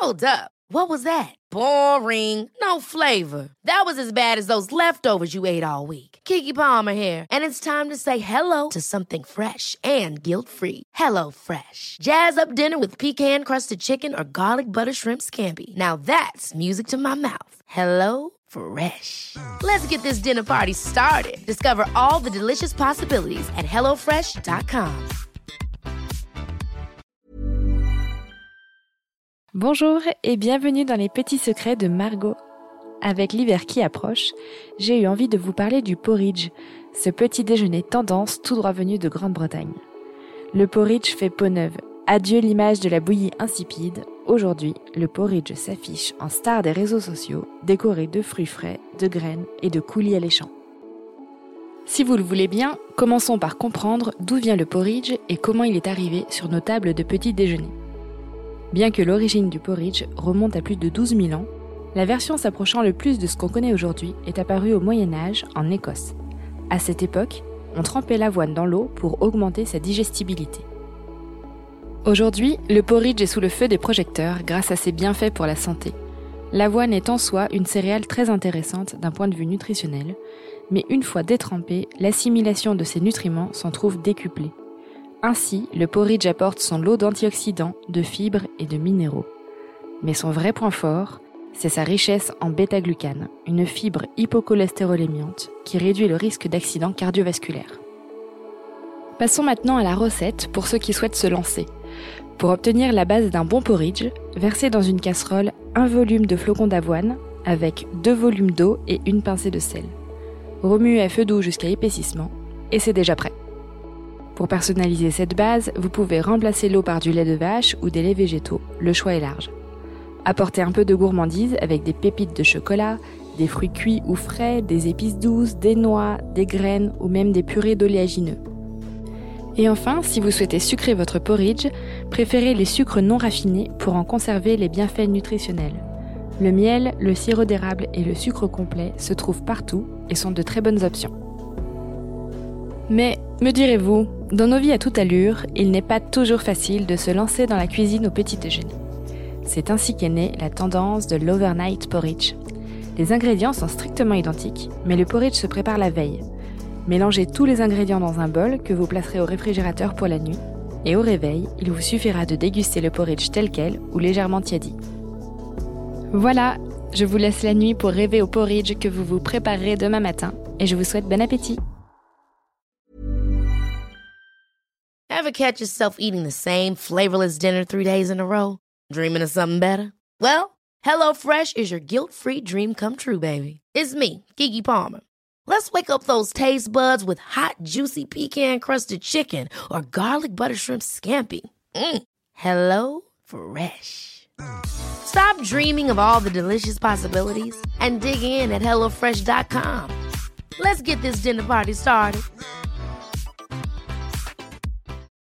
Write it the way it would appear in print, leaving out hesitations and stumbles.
Hold up. What was that? Boring. No flavor. That was as bad as those leftovers you ate all week. Keke Palmer here, and it's time to say hello to something fresh and guilt-free. Hello Fresh. Jazz up dinner with pecan-crusted chicken or garlic butter shrimp scampi. Now that's music to my mouth. Hello Fresh. Let's get this dinner party started. Discover all the delicious possibilities at hellofresh.com. Bonjour et bienvenue dans les petits secrets de Margot. Avec l'hiver qui approche, j'ai eu envie de vous parler du porridge, ce petit déjeuner tendance tout droit venu de Grande-Bretagne. Le porridge fait peau neuve. Adieu l'image de la bouillie insipide. Aujourd'hui, le porridge s'affiche en star des réseaux sociaux, décoré de fruits frais, de graines et de coulis alléchants. Si vous le voulez bien, commençons par comprendre d'où vient le porridge et comment il est arrivé sur nos tables de petit déjeuner. Bien que l'origine du porridge remonte à plus de 12 000 ans, la version s'approchant le plus de ce qu'on connaît aujourd'hui est apparue au Moyen-Âge en Écosse. À cette époque, on trempait l'avoine dans l'eau pour augmenter sa digestibilité. Aujourd'hui, le porridge est sous le feu des projecteurs grâce à ses bienfaits pour la santé. L'avoine est en soi une céréale très intéressante d'un point de vue nutritionnel, mais une fois détrempée, l'assimilation de ces nutriments s'en trouve décuplée. Ainsi, le porridge apporte son lot d'antioxydants, de fibres et de minéraux. Mais son vrai point fort, c'est sa richesse en bêta-glucane, une fibre hypocholestérolémiante qui réduit le risque d'accident cardiovasculaire. Passons maintenant à la recette pour ceux qui souhaitent se lancer. Pour obtenir la base d'un bon porridge, versez dans une casserole 1 volume de flocons d'avoine avec 2 volumes d'eau et une pincée de sel. Remuez à feu doux jusqu'à épaississement et c'est déjà prêt. Pour personnaliser cette base, vous pouvez remplacer l'eau par du lait de vache ou des laits végétaux, le choix est large. Apportez un peu de gourmandise avec des pépites de chocolat, des fruits cuits ou frais, des épices douces, des noix, des graines ou même des purées d'oléagineux. Et enfin, si vous souhaitez sucrer votre porridge, préférez les sucres non raffinés pour en conserver les bienfaits nutritionnels. Le miel, le sirop d'érable et le sucre complet se trouvent partout et sont de très bonnes options. Mais, me direz-vous, dans nos vies à toute allure, il n'est pas toujours facile de se lancer dans la cuisine au petit déjeuner. C'est ainsi qu'est née la tendance de l'overnight porridge. Les ingrédients sont strictement identiques, mais le porridge se prépare la veille. Mélangez tous les ingrédients dans un bol que vous placerez au réfrigérateur pour la nuit, et au réveil, il vous suffira de déguster le porridge tel quel ou légèrement tiédi. Voilà, je vous laisse la nuit pour rêver au porridge que vous vous préparerez demain matin, et je vous souhaite bon appétit. Ever catch yourself eating the same flavorless dinner 3 days in a row? Dreaming of something better? Well, HelloFresh is your guilt-free dream come true, baby. It's me, Keke Palmer. Let's wake up those taste buds with hot, juicy pecan-crusted chicken or garlic butter shrimp scampi. Hello Fresh. Stop dreaming of all the delicious possibilities and dig in at hellofresh.com. Let's get this dinner party started.